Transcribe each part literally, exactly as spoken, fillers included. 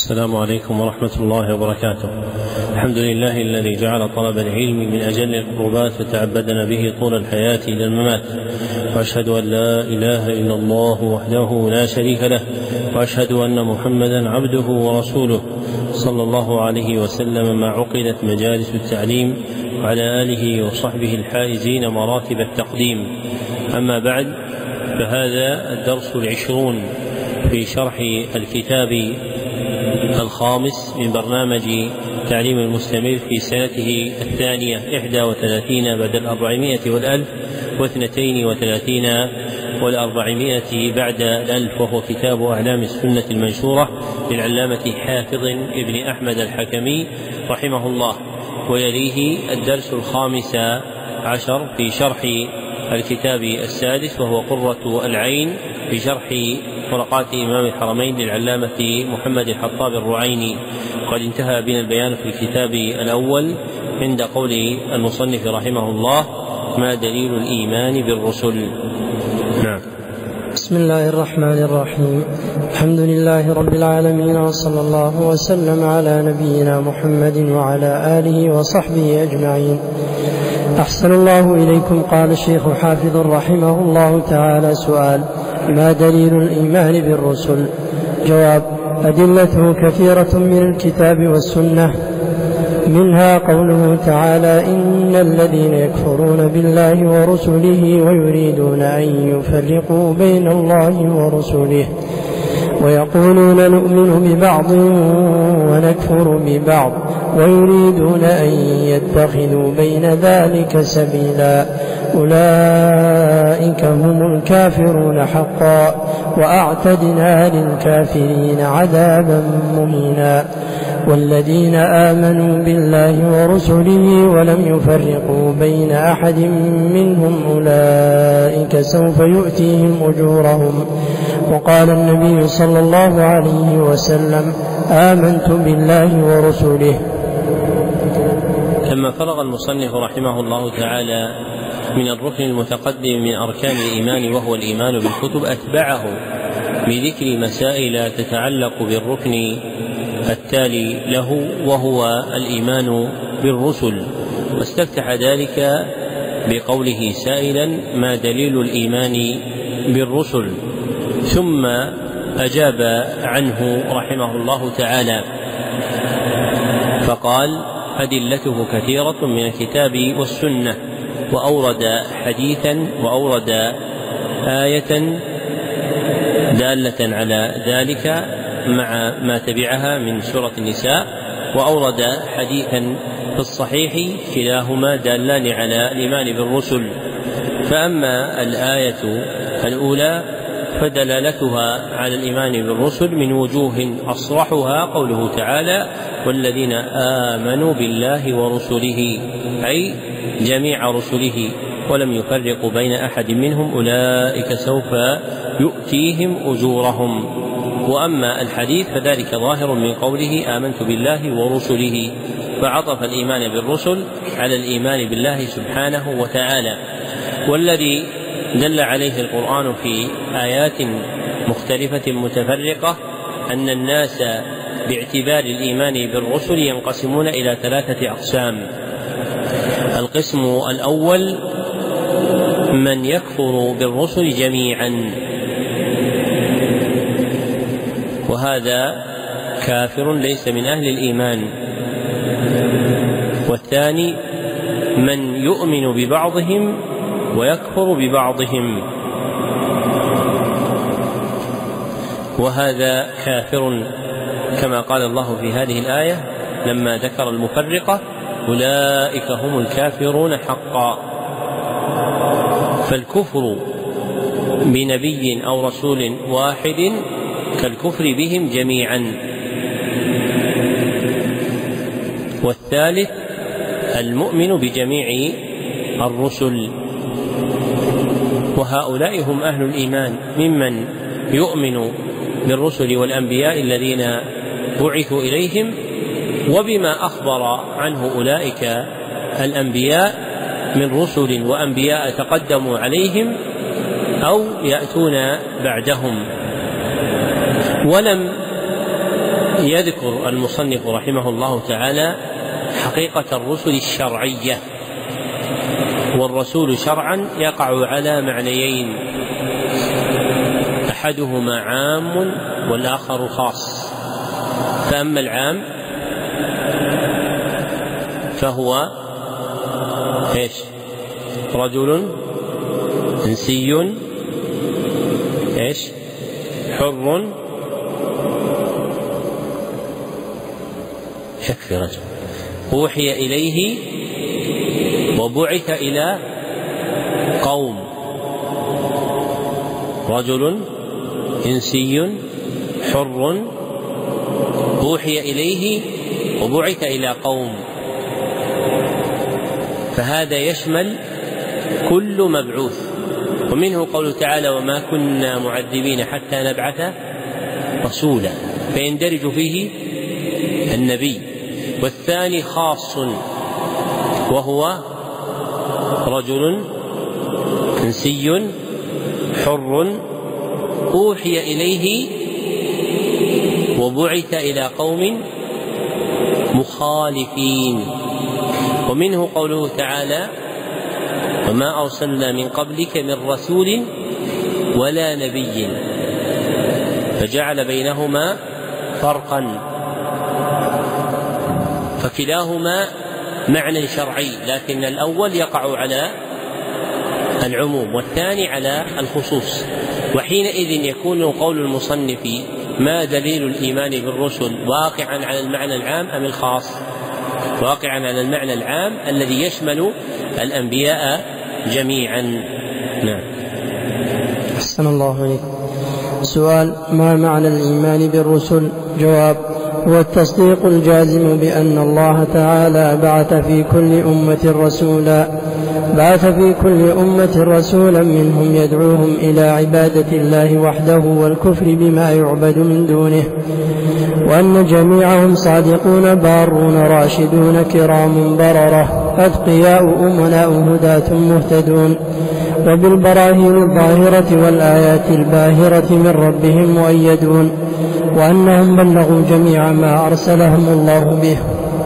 السلام عليكم ورحمة الله وبركاته. الحمد لله الذي جعل طلب العلم من أجل القربات وتعبدنا به طول الحياة إلى الممات، وأشهد أن لا إله إلا الله وحده لا شريك له، وأشهد أن محمدا عبده ورسوله صلى الله عليه وسلم ما عقدت مجالس التعليم، وعلى آله وصحبه الحائزين مراتب التقديم. أما بعد، فهذا الدرس العشرون في شرح الكتاب الخامس من برنامج تعليم المستمر في سنته الثانية إحدى وثلاثين بعد الأربعمائة والألف واثنتين وثلاثين والأربعمائة بعد الألف، وهو كتاب أعلام السنة المنشورة للعلامة حافظ ابن أحمد الحكمي رحمه الله. ويليه الدرس الخامس عشر في شرح الكتاب السادس، وهو قرة العين في شرح ورقات إمام الحرمين للعلامة محمد الحطاب الرعيني. قد انتهى بنا البيان في الكتاب الأول عند قول المصنف رحمه الله: ما دليل الإيمان بالرسل؟ نعم. بسم الله الرحمن الرحيم. الحمد لله رب العالمين، وصلى الله وسلم على نبينا محمد وعلى آله وصحبه أجمعين. أحسن الله إليكم. قال الشيخ حافظ رحمه الله تعالى: سؤال: ما دليل الإيمان بالرسل؟ جواب: أدلته كثيرة من الكتاب والسنة، منها قوله تعالى: إن الذين يكفرون بالله ورسله ويريدون أن يفرقوا بين الله ورسله ويقولون نؤمن ببعض ونكفر ببعض ويريدون أن يتخذوا بين ذلك سبيلا، أولئك هم الكافرون حقا، وأعتدنا للكافرين عذابا مهينا. والذين آمنوا بالله ورسله ولم يفرقوا بين أحد منهم أولئك سوف يؤتيهم أجورهم. وقال النبي صلى الله عليه وسلم: آمنت بالله ورسله. لما فرغ المصنف رحمه الله تعالى من الركن المتقدم من أركان الإيمان وهو الإيمان بالكتب، أتبعه بذكر مسائل تتعلق بالركن التالي له وهو الإيمان بالرسل، واستفتح ذلك بقوله سائلا: ما دليل الإيمان بالرسل؟ ثم أجاب عنه رحمه الله تعالى فقال: أدلته كثيرة من الكتاب والسنة، وأورد حديثا وأورد آية دالة على ذلك مع ما تبعها من سورة النساء، وأورد حديثا في الصحيح، كلاهما دالان على الإيمان بالرسل. فأما الآية الأولى فدلالتها على الإيمان بالرسل من وجوه أصرحها قوله تعالى: والذين آمنوا بالله ورسله، أي جميع رسله ولم يفرقوا بين أحد منهم أولئك سوف يؤتيهم أجورهم. وأما الحديث فذلك ظاهر من قوله: آمنت بالله ورسله، فعطف الإيمان بالرسل على الإيمان بالله سبحانه وتعالى. والذي دل عليه القرآن في آيات مختلفة متفرقة أن الناس باعتبار الإيمان بالرسل ينقسمون إلى ثلاثة أقسام. القسم الأول من يكفر بالرسل جميعا، وهذا كافر ليس من أهل الإيمان. والثاني من يؤمن ببعضهم ويكفر ببعضهم، وهذا كافر كما قال الله في هذه الآية لما ذكر المفرقة: أولئك هم الكافرون حقا. فالكفر بنبي أو رسول واحد كالكفر بهم جميعا. والثالث المؤمن بجميع الرسل، وهؤلاء هم أهل الإيمان ممن يؤمن بالرسل والأنبياء الذين بعثوا إليهم وبما أخبر عنه أولئك الأنبياء من رسل وأنبياء تقدموا عليهم أو يأتون بعدهم. ولم يذكر المصنف رحمه الله تعالى حقيقة الرسل الشرعية. والرسول شرعا يقع على معنيين، أحدهما عام والآخر خاص. فأما العام فهو إيش؟ رجل إنسي إيش؟ حر، يكفي رجل، أوحي إليه وبعث إلى قوم. رجل إنسي حر أوحي إليه وبعث إلى قوم، فهذا يشمل كل مبعوث. ومنه قوله تعالى: وما كنا معذبين حتى نبعث رسولا، فيندرج فيه النبي. والثاني خاص وهو رجل إنسي حر أوحي إليه وبعث إلى قوم مخالفين. ومنه قوله تعالى: وما أرسلنا من قبلك من رسول ولا نبي، فجعل بينهما فرقا، فكلاهما معنى شرعي، لكن الأول يقع على العموم والثاني على الخصوص. وحينئذ يكون قول المصنف: ما دليل الإيمان بالرسل واقعا على المعنى العام أم الخاص؟ واقعا على المعنى العام الذي يشمل الأنبياء جميعا. نعم. أحسن الله عليك. سؤال: ما معنى الإيمان بالرسل؟ جواب: هو التصديق الجازم بأن الله تعالى بعث في كل أمة رسولا بعث في كل أمة رسولا منهم يدعوهم إلى عبادة الله وحده والكفر بما يعبد من دونه، وأن جميعهم صادقون بارون راشدون كرام بررة أتقياء أمناء هداة مهتدون، وبالبراهين الظاهرة والآيات الباهرة من ربهم مؤيدون، وأنهم بلغوا جميع ما أرسلهم الله به،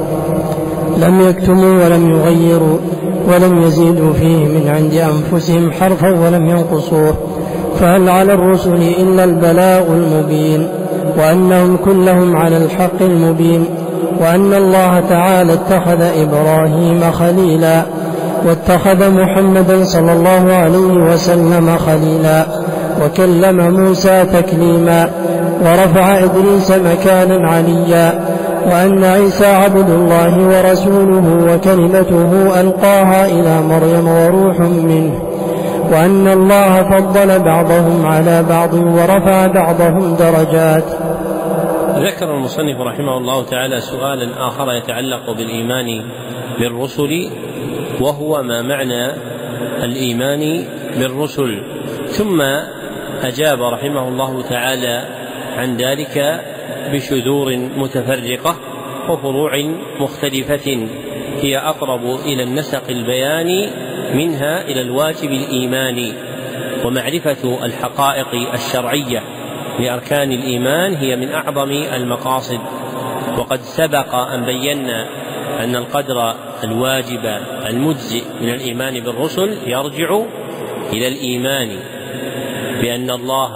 لم يكتموا ولم يغيروا ولم يزيدوا فيه من عند أنفسهم حرفا ولم ينقصوه، فهل على الرسل إلا البلاغ المبين، وأنهم كلهم على الحق المبين، وأن الله تعالى اتخذ إبراهيم خليلا، واتخذ محمدا صلى الله عليه وسلم خليلا، وكلم موسى تكليما، ورفع إدريس مكانا عليا، وأن عيسى عبد الله ورسوله وكلمته ألقاها إلى مريم وروح منه، وأن الله فضل بعضهم على بعض ورفع بعضهم درجات. ذكر المصنف رحمه الله تعالى سؤالا آخر يتعلق بالإيمان بالرسل، وهو ما معنى الإيمان بالرسل، ثم أجاب رحمه الله تعالى عن ذلك بشذور متفرقة وفروع مختلفة هي أقرب إلى النسق البياني منها إلى الواجب الإيماني. ومعرفة الحقائق الشرعية لأركان الإيمان هي من أعظم المقاصد، وقد سبق أن بينا أن القدر الواجب المجزئ من الإيمان بالرسل يرجع إلى الإيمان بأن الله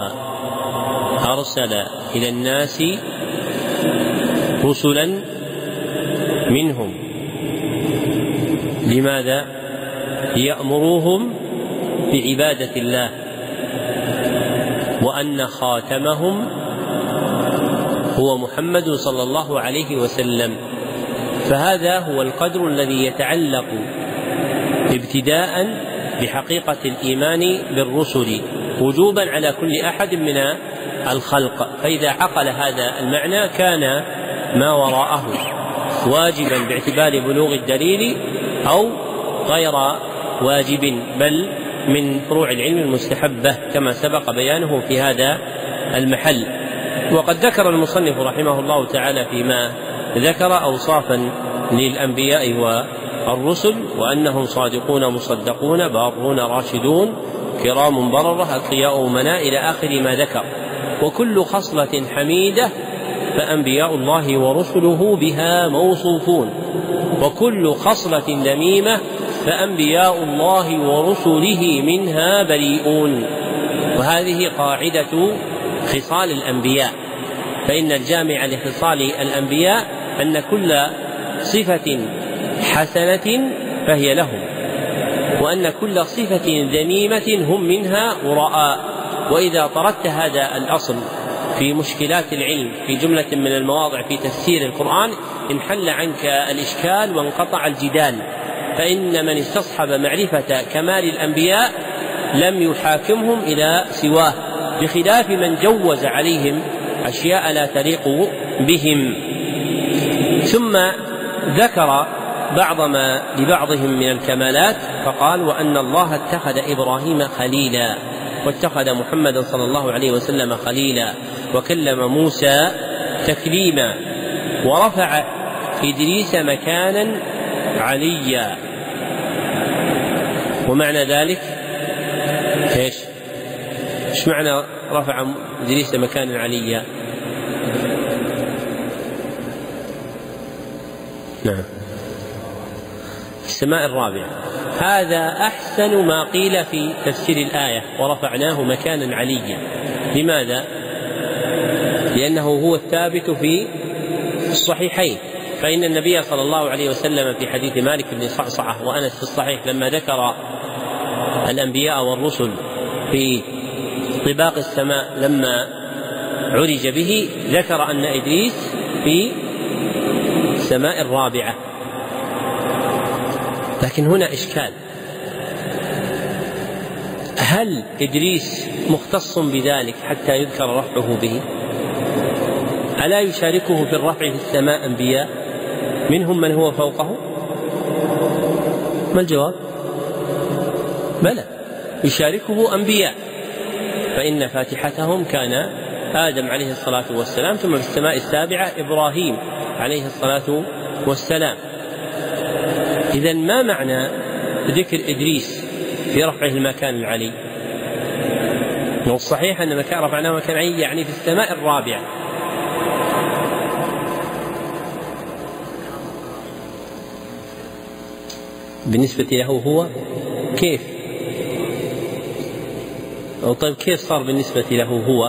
أرسل إلى الناس رسلا منهم. لماذا؟ ليأمروهم بعبادة الله، وأن خاتمهم هو محمد صلى الله عليه وسلم. فهذا هو القدر الذي يتعلق ابتداء بحقيقة الإيمان بالرسل وجوبا على كل أحد من الخلق. فإذا عقل هذا المعنى كان ما وراءه واجبا باعتبار بلوغ الدليل أو غير واجب، بل من فروع العلم المستحبة كما سبق بيانه في هذا المحل. وقد ذكر المصنف رحمه الله تعالى فيما ذكر أوصافا للأنبياء والرسل، وأنهم صادقون مصدقون بارون راشدون كرام بررة أتقياء أمناء إلى آخر ما ذكر. وكل خصلة حميدة فأنبياء الله ورسله بها موصوفون، وكل خصلة ذميمة فأنبياء الله ورسله منها بريئون. وهذه قاعدة خصال الأنبياء، فإن الجامع لخصال الأنبياء أن كل صفة حسنة فهي لهم، وأن كل صفة ذميمة هم منها براء. وإذا طردت هذا الأصل في مشكلات العلم في جملة من المواضع في تفسير القرآن انحل عنك الإشكال وانقطع الجدال، فإن من استصحب معرفة كمال الأنبياء لم يحاكمهم إلى سواه، بخلاف من جوز عليهم أشياء لا تليق بهم. ثم ذكر بعض ما لبعضهم من الكمالات فقال: وأن الله اتخذ إبراهيم خليلا، واتخذ محمدا صلى الله عليه وسلم خليلا، وكلم موسى تكليما، ورفع إدريس مكانا عليا. ومعنى ذلك ايش؟ ايش معنى رفع إدريس مكانا عليا؟ نعم، السماء الرابعة. هذا أحسن ما قيل في تفسير الآية: ورفعناه مكانا عليا. لماذا؟ لأنه هو الثابت في الصحيحين، فإن النبي صلى الله عليه وسلم في حديث مالك بن صعصعة وأنس في الصحيح لما ذكر الأنبياء والرسل في طباق السماء لما عرج به ذكر أن إدريس في السماء الرابعة. لكن هنا إشكال: هل إدريس مختص بذلك حتى يذكر رفعه به؟ ألا يشاركه في الرفع في السماء أنبياء منهم من هو فوقه؟ ما الجواب؟ بلى، يشاركه أنبياء، فإن فاتحتهم كان آدم عليه الصلاة والسلام، ثم في السماء السابعة إبراهيم عليه الصلاة والسلام. إذن ما معنى ذكر إدريس في رفعه المكان العلي؟ والصحيح أن مكان رفعناه مكان علي يعني في السماء الرابعة. بالنسبة له هو كيف؟ أو طيب كيف صار بالنسبة له هو؟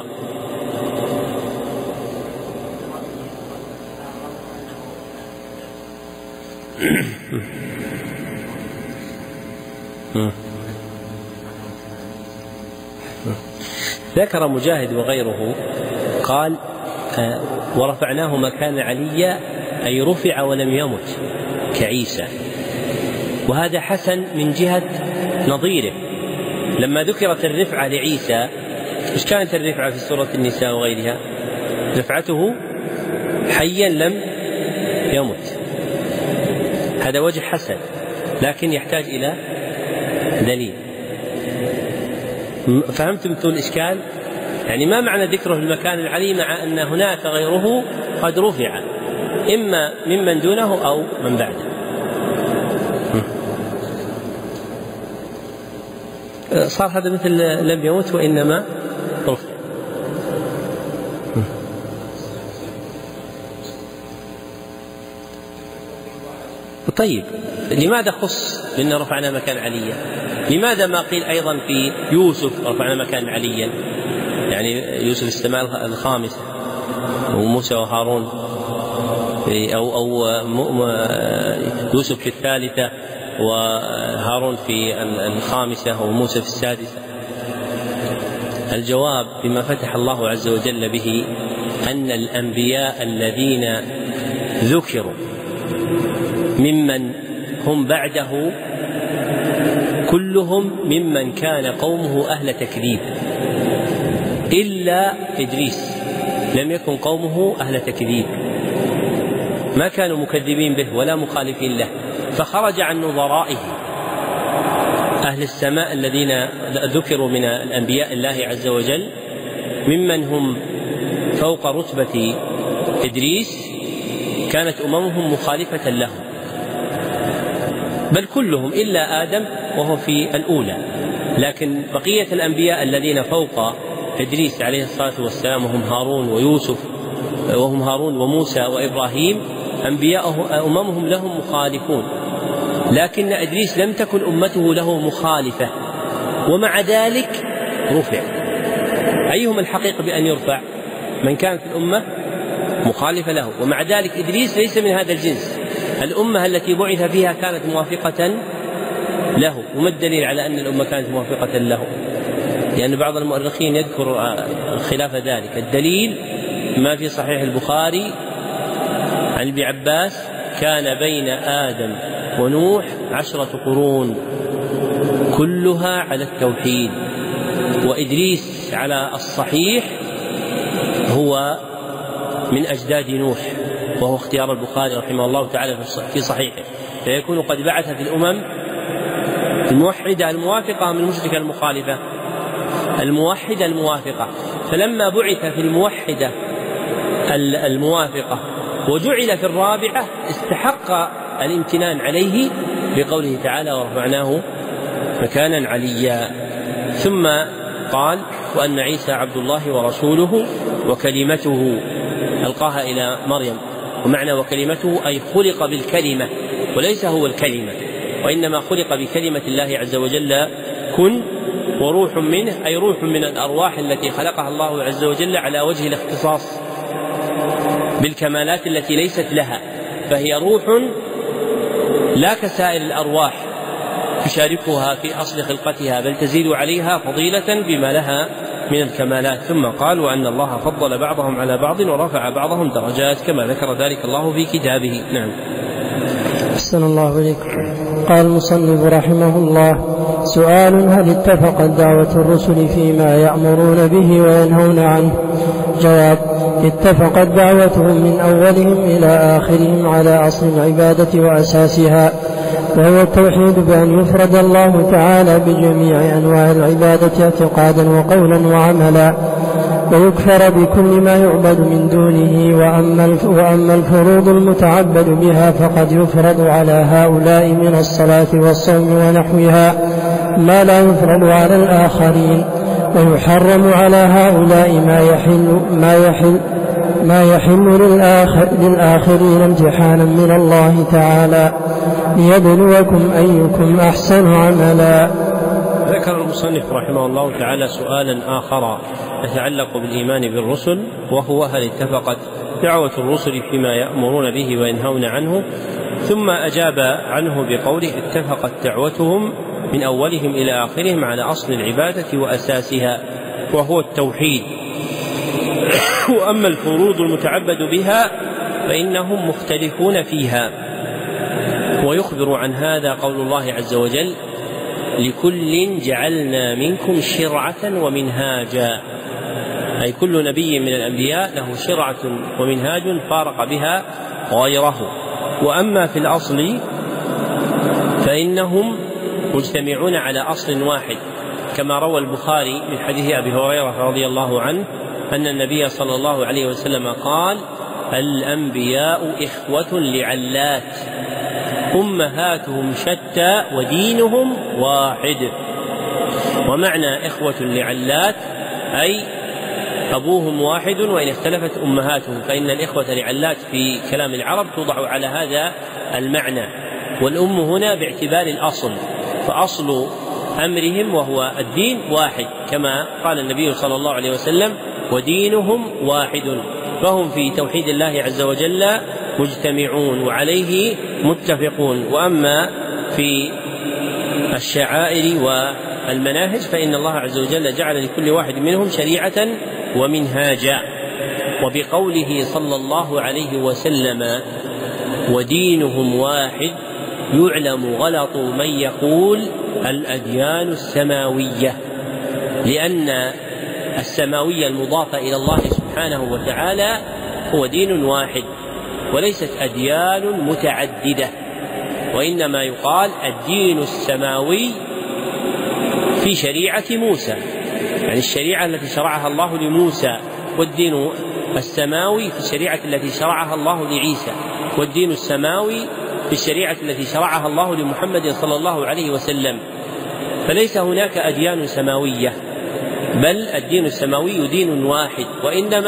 ذكر مجاهد وغيره قال: آه ورفعناه مكان عليا، أي رفع ولم يمت كعيسى. وهذا حسن من جهة نظيره. لما ذكرت الرفعة لعيسى، إيش كانت الرفعة في سورة النساء وغيرها؟ رفعته حيا لم يمت. هذا وجه حسن، لكن يحتاج إلى دليل. فهمتم الإشكال؟ يعني ما معنى ذكره في المكان العلي مع أن هناك غيره قد رفع، إما ممن دونه أو من بعده؟ صار هذا مثل لم يمت وإنما رفع. طيب، لماذا خص بأن رفعنا مكان عليا؟ لماذا ما قيل أيضا في يوسف رفعنا مكان عليا؟ يعني يوسف السماء الخامسة وموسى وهارون، أو أو يوسف في الثالثة وهارون في الخامسة وموسى في السادسة. الجواب بما فتح الله عز وجل به أن الأنبياء الذين ذكروا ممن هم بعده كلهم ممن كان قومه أهل تكذيب، إلا إدريس لم يكن قومه أهل تكذيب، ما كانوا مكذبين به ولا مخالفين له، فخرج عن نظرائه أهل السماء الذين ذكروا من الأنبياء الله عز وجل ممن هم فوق رتبة إدريس كانت أممهم مخالفة لهم، بل كلهم إلا آدم وهو في الأولى. لكن بقية الأنبياء الذين فوق إدريس عليه الصلاة والسلام هم هارون ويوسف وهم هارون وموسى وإبراهيم أنبياء أممهم لهم مخالفون، لكن إدريس لم تكن أمته له مخالفة، ومع ذلك رفع. أيهم الحقيق بأن يرفع؟ من كانت الأمة مخالفة له، ومع ذلك إدريس ليس من هذا الجنس. الأمة التي بعث فيها كانت موافقة له. وما الدليل على أن الأمة كانت موافقة له؟ لأن يعني بعض المؤرخين يذكر خلاف ذلك. الدليل ما في صحيح البخاري عن ابن عباس: كان بين آدم ونوح عشرة قرون كلها على التوحيد، وإدريس على الصحيح هو من أجداد نوح، وهو اختيار البخاري رحمه الله تعالى في صحيحه، فيكون قد بعث في الأمم الموحدة الموافقة من المشركة المخالفة، الموحدة الموافقة. فلما بعث في الموحدة الموافقة وجعل في الرابعة استحق الامتنان عليه بقوله تعالى: ورفعناه مكانا عليا. ثم قال: وأن عيسى عبد الله ورسوله وكلمته ألقاها إلى مريم. ومعنى وكلمته أي خلق بالكلمة، وليس هو الكلمة، وإنما خلق بكلمة الله عز وجل كن، وروح منه أي روح من الأرواح التي خلقها الله عز وجل على وجه الاختصاص بالكمالات التي ليست لها، فهي روح لا كسائر الأرواح تشاركها في أصل خلقتها، بل تزيد عليها فضيلة بما لها من الكمالات. ثم قال: وأن الله فضل بعضهم على بعض ورفع بعضهم درجات، كما ذكر ذلك الله في كتابه. نعم. أحسن الله إليكم. قال المصنف رحمه الله: سؤال: هل اتفقت دعوة الرسل فيما يأمرون به وينهون عنه؟ جواب: اتفقت دعوتهم من أولهم إلى آخرهم على أصل العبادة وأساسها، وهو التوحيد، بأن يفرد الله تعالى بجميع أنواع العبادة اعتقادا وقولا وعملا، ويكفر بكل ما يعبد من دونه. وأما الفروض المتعبد بها فقد يفرض على هؤلاء من الصلاة والصوم ونحوها ما لا يفرض على الآخرين، ويحرم على هؤلاء ما يحل ما يحل ما يحل للآخر للآخرين امتحانا من الله تعالى ليبلوكم أيكم أحسن عملا. ذكر المصنف رحمه الله تعالى سؤالا آخر يتعلق بالإيمان بالرسل، وهو: هل اتفقت دعوة الرسل فيما يأمرون به وينهون عنه؟ ثم أجاب عنه بقوله: اتفقت دعوتهم من أولهم إلى آخرهم على أصل العبادة وأساسها، وهو التوحيد. وأما الفروض المتعبد بها فإنهم مختلفون فيها، ويخبر عن هذا قول الله عز وجل: لكل جعلنا منكم شرعة ومنهاجا، أي كل نبي من الأنبياء له شرعة ومنهاج فارق بها غيره. وأما في الأصل فإنهم مجتمعون على أصل واحد، كما روى البخاري من حديث أبي هريرة رضي الله عنه أن النبي صلى الله عليه وسلم قال: الأنبياء إخوة لعلات أمهاتهم شتى ودينهم واحد. ومعنى إخوة لعلات أي أبوهم واحد وإن اختلفت أمهاتهم، فإن الإخوة لعلات في كلام العرب توضع على هذا المعنى. والأم هنا باعتبار الأصل، فأصل أمرهم وهو الدين واحد، كما قال النبي صلى الله عليه وسلم: ودينهم واحد. فهم في توحيد الله عز وجل مجتمعون وعليه متفقون. وأما في الشعائر والمناهج فإن الله عز وجل جعل لكل واحد منهم شريعة ومنهاجا. وبقوله صلى الله عليه وسلم: ودينهم واحد، يعلم غلط من يقول الأديان السماوية، لأن السماوية المضافة إلى الله سبحانه وتعالى هو دين واحد، وليست أديان متعددة، وإنما يقال الدين السماوي في شريعة موسى، يعني الشريعة التي شرعها الله لموسى، والدين السماوي في الشريعة التي شرعها الله لعيسى، والدين السماوي في الشريعة التي شرعها الله لمحمد صلى الله عليه وسلم. فليس هناك أديان سماوية، بل الدين السماوي دين واحد، وإنما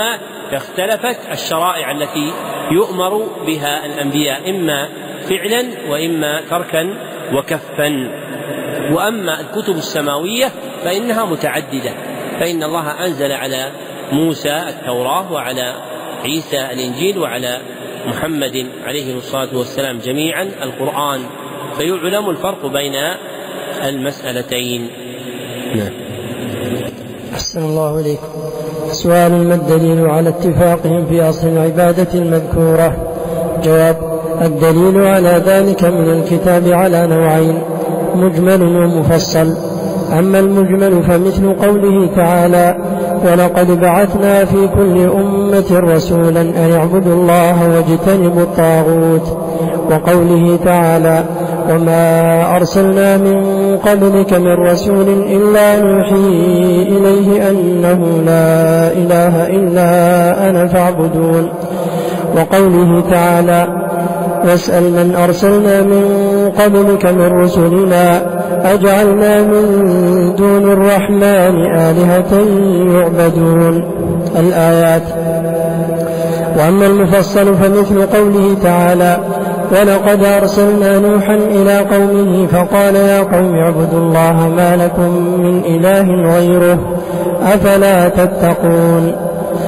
اختلفت الشرائع التي يؤمر بها الأنبياء إما فعلا وإما تركا وكفا. وأما الكتب السماوية فإنها متعددة، فإن الله أنزل على موسى التوراة وعلى عيسى الإنجيل وعلى محمد عليه الصلاة والسلام جميعا القرآن، فيعلم الفرق بين المسألتين. نعم. أحسن الله إليكم. سؤال: ما الدليل على اتفاقهم في أصل العبادة المذكورة؟ جواب: الدليل على ذلك من الكتاب على نوعين: مجمل ومفصل. أما المجمل فمثل قوله تعالى: ولقد بعثنا في كل أمة رسولا أن اعبدوا الله واجتنبوا الطاغوت، وقوله تعالى: وما أرسلنا من قبلك من رسول إلا نوحي إليه أنه لا إله إلا أنا فاعبدون، وقوله تعالى: واسأل من أرسلنا من قبلك من رسلنا أجعلنا من دون الرحمن آلهة يعبدون. الآيات. وأما المفصل فمثل قوله تعالى: ولقد أرسلنا نوحا إلى قومه فقال يا قوم اعبدوا الله ما لكم من إله غيره أفلا تتقون.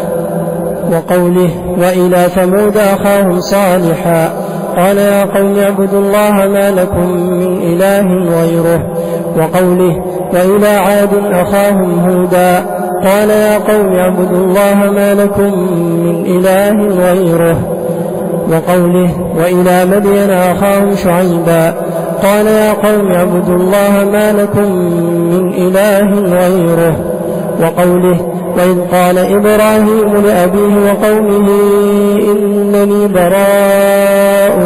وقوله: وإلى ثمود أخاهم صالحا قال يا قوم اعبدوا الله ما لكم من إله غيره. وقوله: وإلى عاد أخاهم هودا قال يا قوم اعبدوا الله ما لكم من إله غيره. وقوله: وإلى مدين أخاهم شعيبا قال يا قوم اعبدوا الله ما لكم من إله غيره. وقوله: وإذ قال إبراهيم لأبيه وقومه إنني براء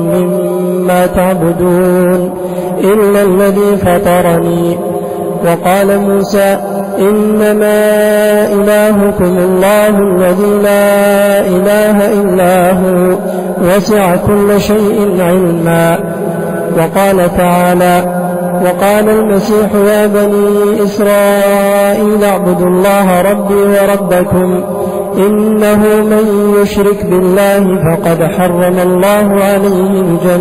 مما تعبدون إلا الذي فطرني. وقال موسى: إنما إلهكم الله الذي لا إله إلا هو وسع كل شيء علما. وقال تعالى: وقال المسيح يا بني إسرائيل اعبدوا الله ربي وربكم إنه من يشرك بالله فقد حرم الله عليه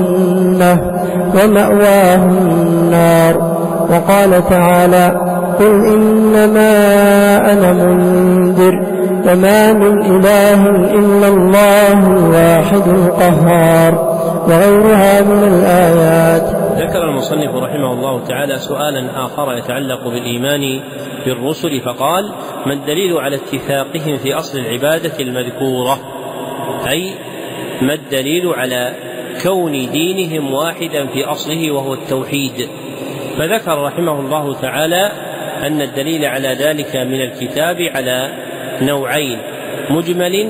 الجنة ومأواه النار. وقال تعالى: قل إنما أنا منذر وما من إله إلا الله الواحد القهار، وغيرها من الآيات. ذكر المصنف رحمه الله تعالى سؤالا آخر يتعلق بالإيمان بالرسل، فقال: ما الدليل على اتفاقهم في أصل العبادة المذكورة؟ أي ما الدليل على كون دينهم واحدا في أصله وهو التوحيد؟ فذكر رحمه الله تعالى أن الدليل على ذلك من الكتاب على نوعين: مجمل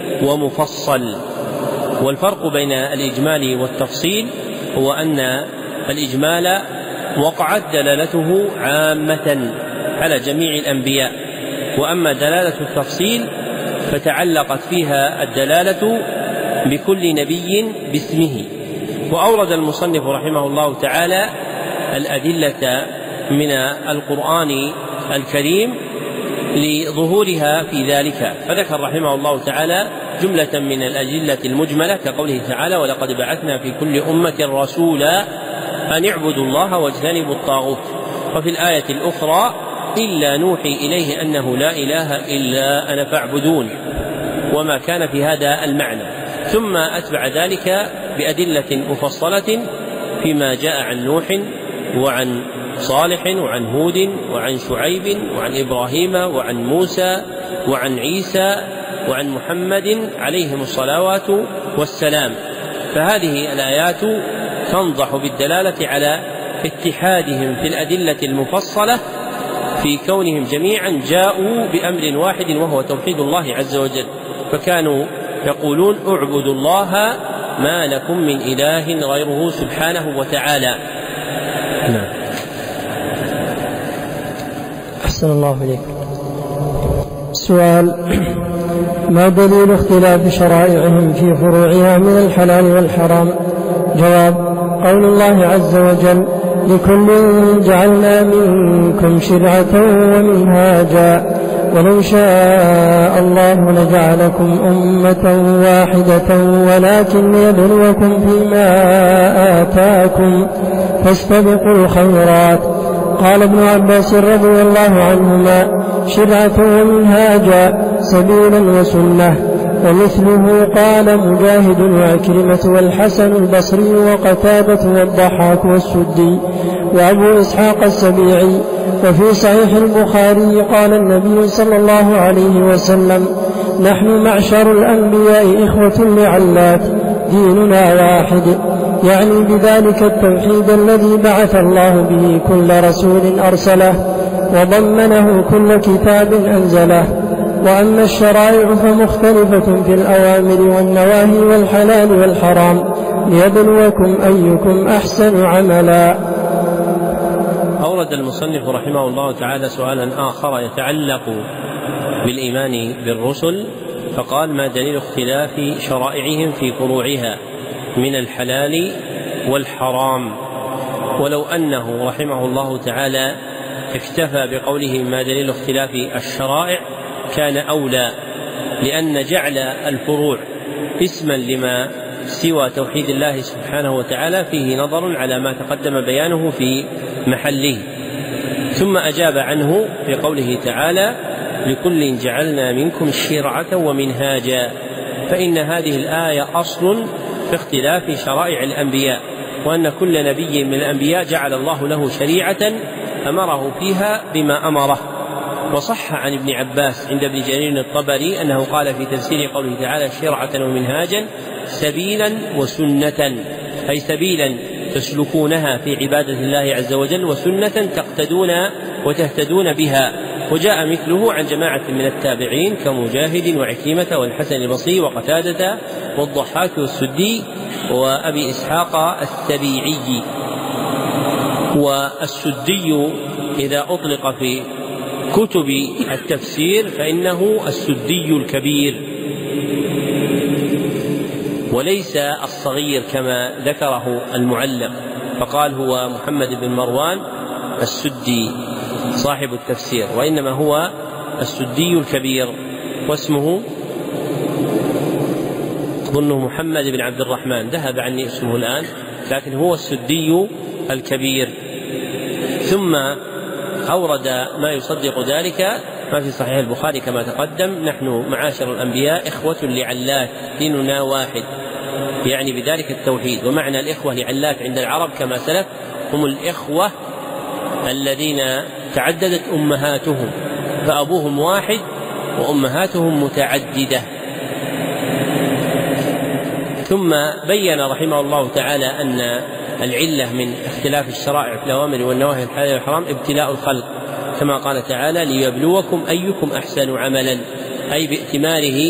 ومفصل. والفرق بين الإجمال والتفصيل هو أن الإجمال وقعت دلالته عامة على جميع الأنبياء، وأما دلالة التفصيل فتعلقت فيها الدلالة بكل نبي باسمه. وأورد المصنف رحمه الله تعالى الأدلة من القرآن الكريم لظهورها في ذلك، فذكر رحمه الله تعالى جملة من الأدلة المجملة كقوله تعالى: ولقد بعثنا في كل أمة رسولا أن اعبدوا الله واجتنبوا الطاغوت. وفي الآية الأخرى: إلا نوحي إليه أنه لا إله إلا أنا فاعبدون، وما كان في هذا المعنى. ثم أتبع ذلك بأدلة مفصلة فيما جاء عن نوح وعن صالح وعن هود وعن شعيب وعن إبراهيم وعن موسى وعن عيسى وعن محمد عليهم الصلوات والسلام. فهذه الآيات تنضح بالدلالة على اتحادهم في الأدلة المفصلة في كونهم جميعا جاءوا بأمر واحد وهو توحيد الله عز وجل، فكانوا يقولون: اعبدوا الله ما لكم من إله غيره سبحانه وتعالى. نعم. أحسن الله إليك. سؤال: ما دليل اختلاف شرائعهم في فروعها من الحلال والحرام؟ جواب: قول الله عز وجل: لكل جعلنا منكم شرعة ومنهاجا، ولو شاء الله لجعلكم أمة واحدة ولكن ليبلوكم فيما آتاكم فاستبقوا الخيرات. قال ابن عباس رضي الله عنهما: شرعة ومنهاجا، سبيلا وسنة. ومثله قال مجاهد وعكرمة والحسن البصري وقتادة والضحاك والسدي وأبو إسحاق السبيعي. وفي صحيح البخاري قال النبي صلى الله عليه وسلم: نحن معشر الأنبياء إخوة لعلات، ديننا واحد، يعني بذلك التوحيد الذي بعث الله به كل رسول أرسله وضمنه كل كتاب أنزله. وأما الشرائع فمختلفة في الأوامر والنواهي والحلال والحرام ليبلوكم أيكم أحسن عملا. أورد المصنف رحمه الله تعالى سؤالا آخر يتعلق بالإيمان بالرسل، فقال: ما دليل اختلاف شرائعهم في فروعها من الحلال والحرام؟ ولو أنه رحمه الله تعالى اكتفى بقوله ما دليل اختلاف الشرائع كان أولى، لأن جعل الفروع اسما لما سوى توحيد الله سبحانه وتعالى فيه نظر على ما تقدم بيانه في محله. ثم أجاب عنه بقوله تعالى: لكل جعلنا منكم شرعة ومنهاجا، فإن هذه الآية أصل في اختلاف شرائع الأنبياء، وأن كل نبي من الأنبياء جعل الله له شريعة أمره فيها بما أمره. وصح عن ابن عباس عند ابن جرير الطبري أنه قال في تفسير قوله تعالى: شرعة ومنهاجا، سبيلا وسنة، أي سبيلا تسلكونها في عبادة الله عز وجل، وسنة تقتدون وتهتدون بها. وجاء مثله عن جماعة من التابعين كمجاهد وعكرمة والحسن البصري وقتادة والضحاك والسدي وأبي إسحاق السبيعي. والسدي إذا أطلق في كتب التفسير فإنه السدي الكبير وليس الصغير كما ذكره المعلق، فقال هو محمد بن مروان السدي صاحب التفسير، وإنما هو السدي الكبير، واسمه أظنه محمد بن عبد الرحمن، ذهب عني اسمه الآن، لكن هو السدي الكبير. ثم أورد ما يصدق ذلك ما في صحيح البخاري كما تقدم: نحن معاشر الأنبياء إخوة لعلات، ديننا واحد، يعني بذلك التوحيد. ومعنى الإخوة لعلات عند العرب كما سلف هم الإخوة الذين تعددت أمهاتهم، فأبوهم واحد وأمهاتهم متعددة. ثم بين رحمه الله تعالى أن العلة من اختلاف الشرائع في الأوامر والنواهي الحلال والحرام ابتلاء الخلق، كما قال تعالى: ليبلوكم أيكم أحسن عملا، أي بائتماره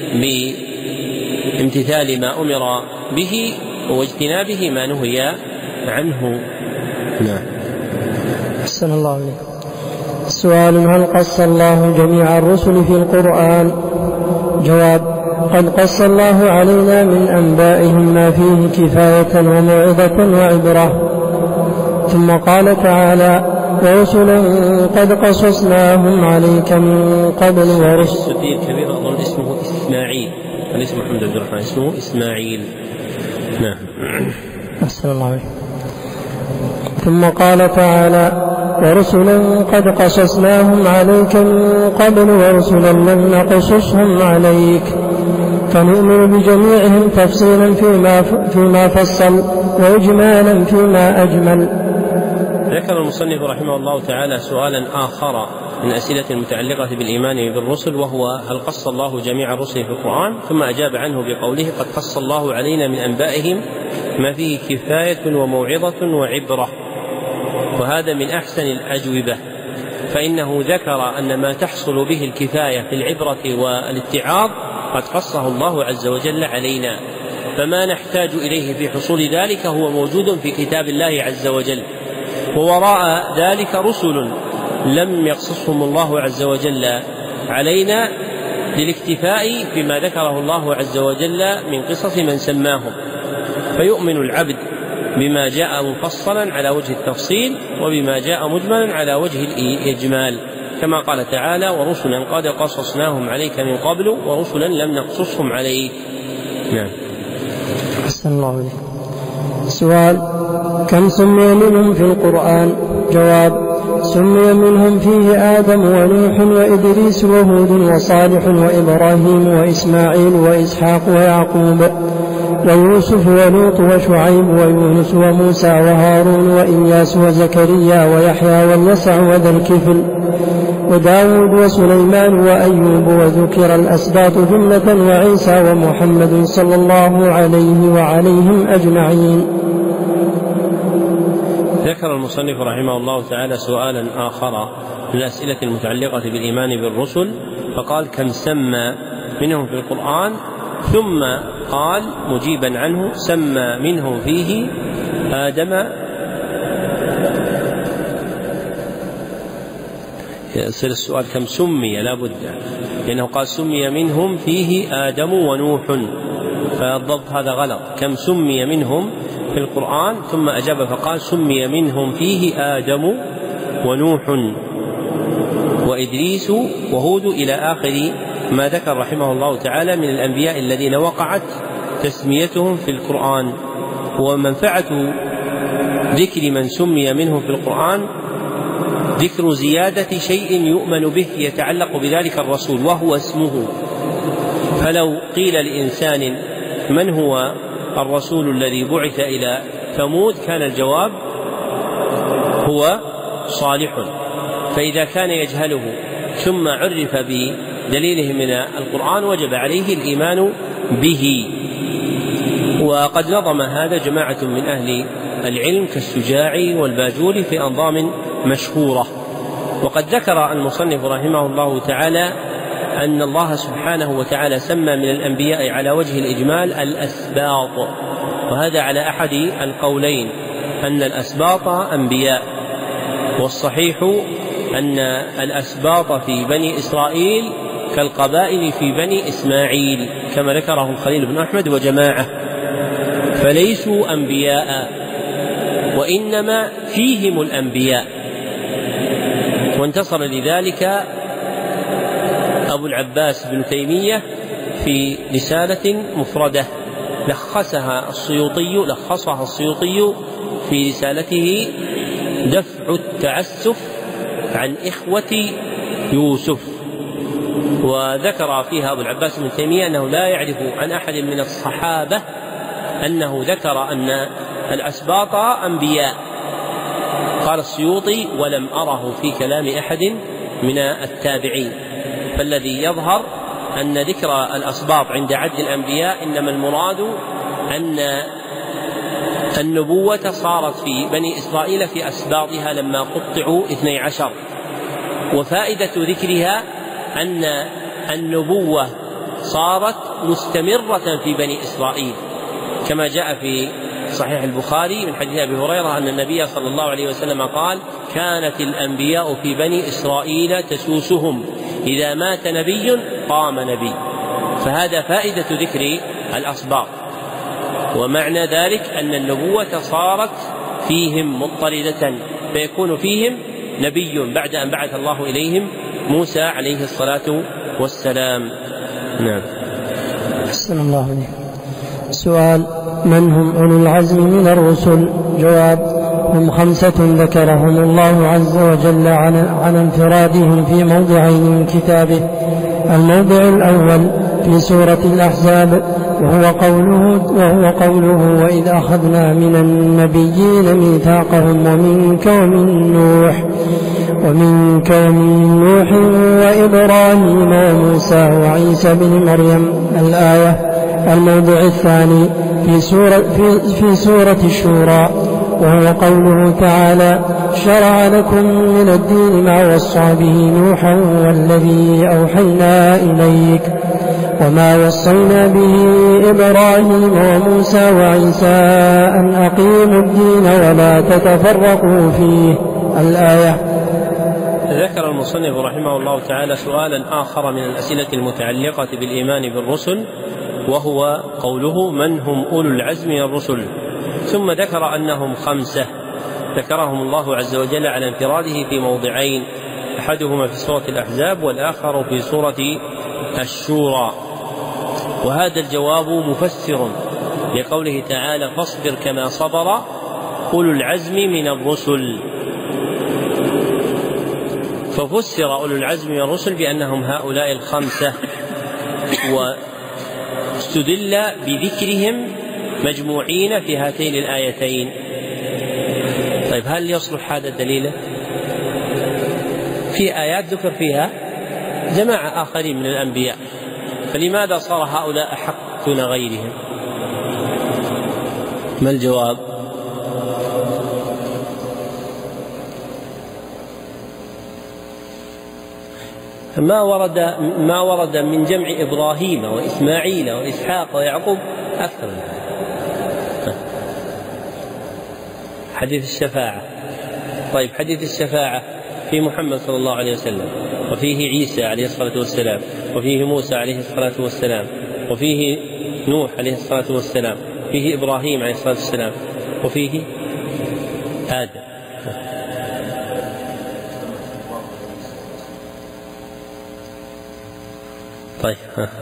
بامتثال ما أمر به واجتنابه ما نهي عنه. نعم. أحسن الله عليك. سؤال: هل قص الله جميع الرسل في القرآن؟ جواب: قد قص الله علينا من أنبائهم ما فيه كفاية وموعظة وعبرة. ثم قال تعالى: ورسلا قد قصصناهم عليك من قبل. ورسل السدي الكبير أظن اسمه إسماعيل، ليس محمد بن الرحمن، اسمه إسماعيل. نعم. أحسن الله عليك. ثم قال تعالى: ورسلا قد قصصناهم عليك من قبل ورسلا لم نقصصهم عليك، فنؤمن بجميعهم تفصيلا فيما, فيما فصل وإجمالا فيما أجمل. ذكر المصنف رحمه الله تعالى سؤالا آخر من أسئلة المتعلقة بالإيمان بالرسل، وهو: هل قص الله جميع الرسل في القرآن؟ ثم أجاب عنه بقوله: قد قص الله علينا من أنبائهم ما فيه كفاية وموعظة وعبرة. وهذا من أحسن الأجوبة، فإنه ذكر أن ما تحصل به الكفاية في العبرة والاتعاظ قد قصه الله عز وجل علينا، فما نحتاج إليه في حصول ذلك هو موجود في كتاب الله عز وجل. ووراء ذلك رسل لم يقصصهم الله عز وجل علينا للاكتفاء بما ذكره الله عز وجل من قصص من سماهم، فيؤمن العبد بما جاء مفصلا على وجه التفصيل وبما جاء مجملا على وجه الإجمال. كما قال تعالى: ورسلا قد قصصناهم عليك من قبل ورسلا لم نقصصهم عليك. نعم. أحسن الله عليك. سؤال: كم سمي منهم في القرآن؟ جواب: سمي منهم فيه آدم ونوح وإدريس وهود وصالح وإبراهيم وإسماعيل وإسحاق ويعقوب ويوسف ولوط وشعيب ويونس وموسى وهارون وإياس وزكريا ويحيى واليسع وذا الكفل وداود وسليمان وأيوب، وذكر الأسباط جملة وعيسى ومحمد صلى الله عليه وعليهم أجمعين. ذكر المصنف رحمه الله تعالى سؤالا آخر من الأسئلة المتعلقة بالإيمان بالرسل، فقال: كم سمى منهم في القرآن؟ ثم قال مجيبا عنه: سمى منهم فيه آدم. يصير السؤال كم سمي، لا بد، لأنه قال سمي منهم فيه آدم ونوح، فالضبط هذا غلط. كم سمي منهم في القرآن، ثم أجاب فقال: سمي منهم فيه آدم ونوح وإدريس وهود، إلى آخر ما ذكر رحمه الله تعالى من الأنبياء الذين وقعت تسميتهم في القرآن. ومنفعة ذكر من سمي منهم في القرآن ذكر زيادة شيء يؤمن به يتعلق بذلك الرسول، وهو اسمه. فلو قيل لإنسان: من هو الرسول الذي بعث إلى ثمود؟ كان الجواب: هو صالح. فإذا كان يجهله ثم عرف بدليله من القرآن وجب عليه الإيمان به. وقد نظم هذا جماعة من أهل العلم كالسجاعي والباجوري في أنظام مشهورة. وقد ذكر المصنف رحمه الله تعالى أن الله سبحانه وتعالى سمى من الأنبياء على وجه الإجمال الأسباط، وهذا على أحد القولين، أن الأسباط أنبياء، والصحيح أن الأسباط في بني إسرائيل كالقبائل في بني إسماعيل كما ذكره الخليل بن أحمد وجماعة، فليسوا أنبياء وإنما فيهم الأنبياء. وانتصر لذلك أبو العباس بن تيمية في رسالة مفردة لخصها السيوطي لخصها السيوطي في رسالته دفع التعسف عن إخوة يوسف. وذكر فيها أبو العباس بن تيمية أنه لا يعرف عن أحد من الصحابة أنه ذكر أن الأسباط أنبياء. قال السيوطي: ولم أره في كلام أحد من التابعين. فالذي يظهر أن ذكر الأسباط عند عد الأنبياء إنما المراد أن النبوة صارت في بني إسرائيل في أسباطها لما قطعوا اثني عشر، وفائدة ذكرها أن النبوة صارت مستمرة في بني إسرائيل، كما جاء في صحيح البخاري من حديث أبي هريرة أن النبي صلى الله عليه وسلم قال: كانت الأنبياء في بني إسرائيل تسوسهم، إذا مات نبي قام نبي. فهذا فائدة ذكر الأسباط، ومعنى ذلك أن النبوة صارت فيهم مضطردة، فيكون فيهم نبي بعد أن بعث الله إليهم موسى عليه الصلاة والسلام. نعم. أحسن الله عليك. سؤال: من هم أولو العزم من الرسل؟ جواب: هم خمسة ذكرهم الله عز وجل عن انفرادهم في موضعين من كتابه. الموضع الأول في سورة الأحزاب، وهو قوله, وهو قوله: وإذ أخذنا من النبيين ميثاقهم ومنك ومن نوح ومنك ومن نوح وإبراهيم وموسى وعيسى بن مريم. الآية. الموضع الثاني في سورة, في, في سورة الشورى، وهو قوله تعالى: شرع لكم من الدين ما وصى به نوحا والذي أوحينا إليك وما وصينا به إبراهيم وموسى وعيسى أن أقيموا الدين ولا تتفرقوا فيه. الآية. ذكر المصنف رحمه الله تعالى سؤالا آخر من الأسئلة المتعلقة بالإيمان بالرسل، وهو قوله: من هم أولو العزم من الرسل؟ ثم ذكر أنهم خمسة ذكرهم الله عز وجل على انفراده في موضعين. أحدهما في سورة الأحزاب والآخر في سورة الشورى. وهذا الجواب مفسر لقوله تعالى فاصبر كما صبر أولو العزم من الرسل. ففسر أولو العزم من الرسل بأنهم هؤلاء الخمسة، واستدل بذكرهم مجموعين في هاتين الآيتين. طيب هل يصلح هذا الدليل؟ في آيات ذكر فيها جماعة آخرين من الأنبياء، فلماذا صار هؤلاء أحق دون غيرهم؟ ما الجواب؟ ما ورد ما ورد من جمع إبراهيم وإسماعيل وإسحاق ويعقوب أكثر من هذا. حديث الشفاعة. طيب حديث الشفاعة في محمد صلى الله عليه وسلم، وفيه عيسى عليه الصلاة والسلام، وفيه موسى عليه الصلاة والسلام، وفيه نوح عليه الصلاة والسلام، فيه إبراهيم عليه الصلاة والسلام، وفيه آدم. طيب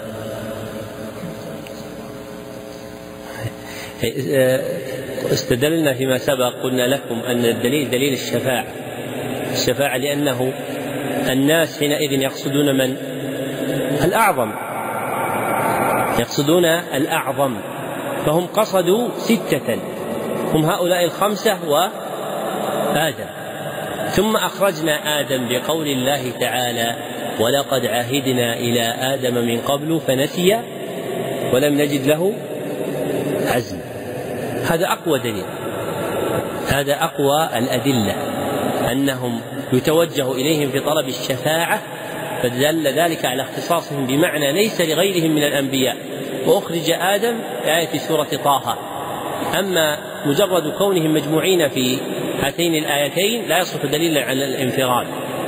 استدلنا فيما سبق قلنا لكم أن الدليل دليل الشفاعة الشفاعة لأنه الناس حينئذ يقصدون من؟ الأعظم، يقصدون الأعظم، فهم قصدوا ستة هم هؤلاء الخمسة وآدم. ثم أخرجنا آدم بقول الله تعالى ولقد عهدنا إلى آدم من قبل فنسي ولم نجد له عزما. هذا أقوى دليل، هذا أقوى الأدلة أنهم يتوجه إليهم في طلب الشفاعة، فدل ذلك على اختصاصهم بمعنى ليس لغيرهم من الأنبياء. وأخرج آدم في آية سورة طه. أما مجرد كونهم مجموعين في هاتين الآيتين لا يصح دليلا على الانفراد.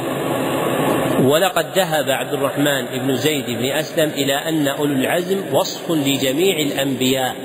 ولقد ذهب عبد الرحمن بن زيد بن أسلم إلى أن أولو العزم وصف لجميع الأنبياء،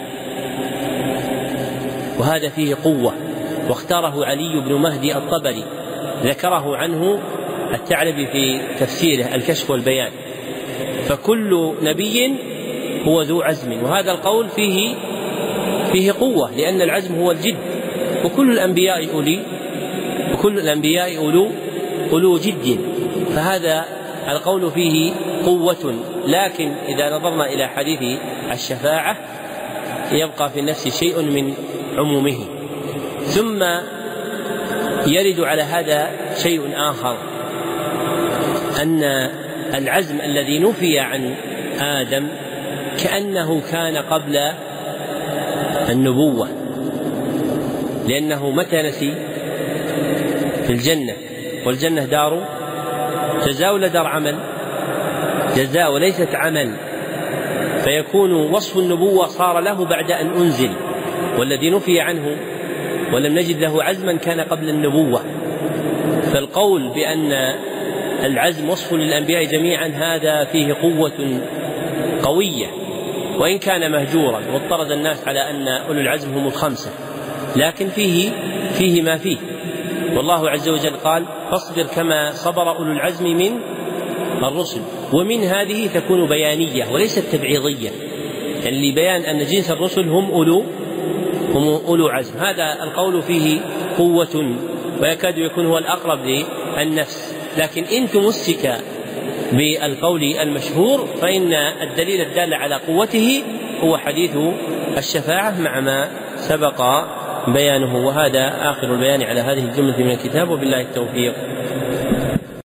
وهذا فيه قوة، واختاره علي بن مهدي الطبري، ذكره عنه الثعلبي في تفسيره الكشف والبيان. فكل نبي هو ذو عزم، وهذا القول فيه فيه قوة، لأن العزم هو الجد، وكل الأنبياء أولي وكل الأنبياء أولو أولو جد، فهذا القول فيه قوة. لكن إذا نظرنا إلى حديث الشفاعة يبقى في النفس شيء من عمومه. ثم يرد على هذا شيء آخر، أن العزم الذي نفي عن آدم كأنه كان قبل النبوة، لأنه متى نسي؟ في الجنة، والجنة دار جزاء ولا دار عمل؟ جزاء وليست عمل، فيكون وصف النبوة صار له بعد أن أنزل، والذي نفي عنه ولم نجد له عزما كان قبل النبوة. فالقول بأن العزم وصف للأنبياء جميعا هذا فيه قوة قوية، وإن كان مهجورا واضطرد الناس على أن أولو العزم هم الخمسة، لكن فيه فيه ما فيه. والله عز وجل قال فاصبر كما صبر أولو العزم من الرسل، ومن هذه تكون بيانية وليست تبعيضية، يعني لبيان أن جنس الرسل هم أولو هم أولو عزم. هذا القول فيه قوة ويكاد يكون هو الأقرب للنفس، لكن إن تمسك بالقول المشهور فإن الدليل الدال على قوته هو حديث الشفاعة مع ما سبق بيانه. وهذا آخر البيان على هذه الجملة من الكتاب، وبالله التوفيق.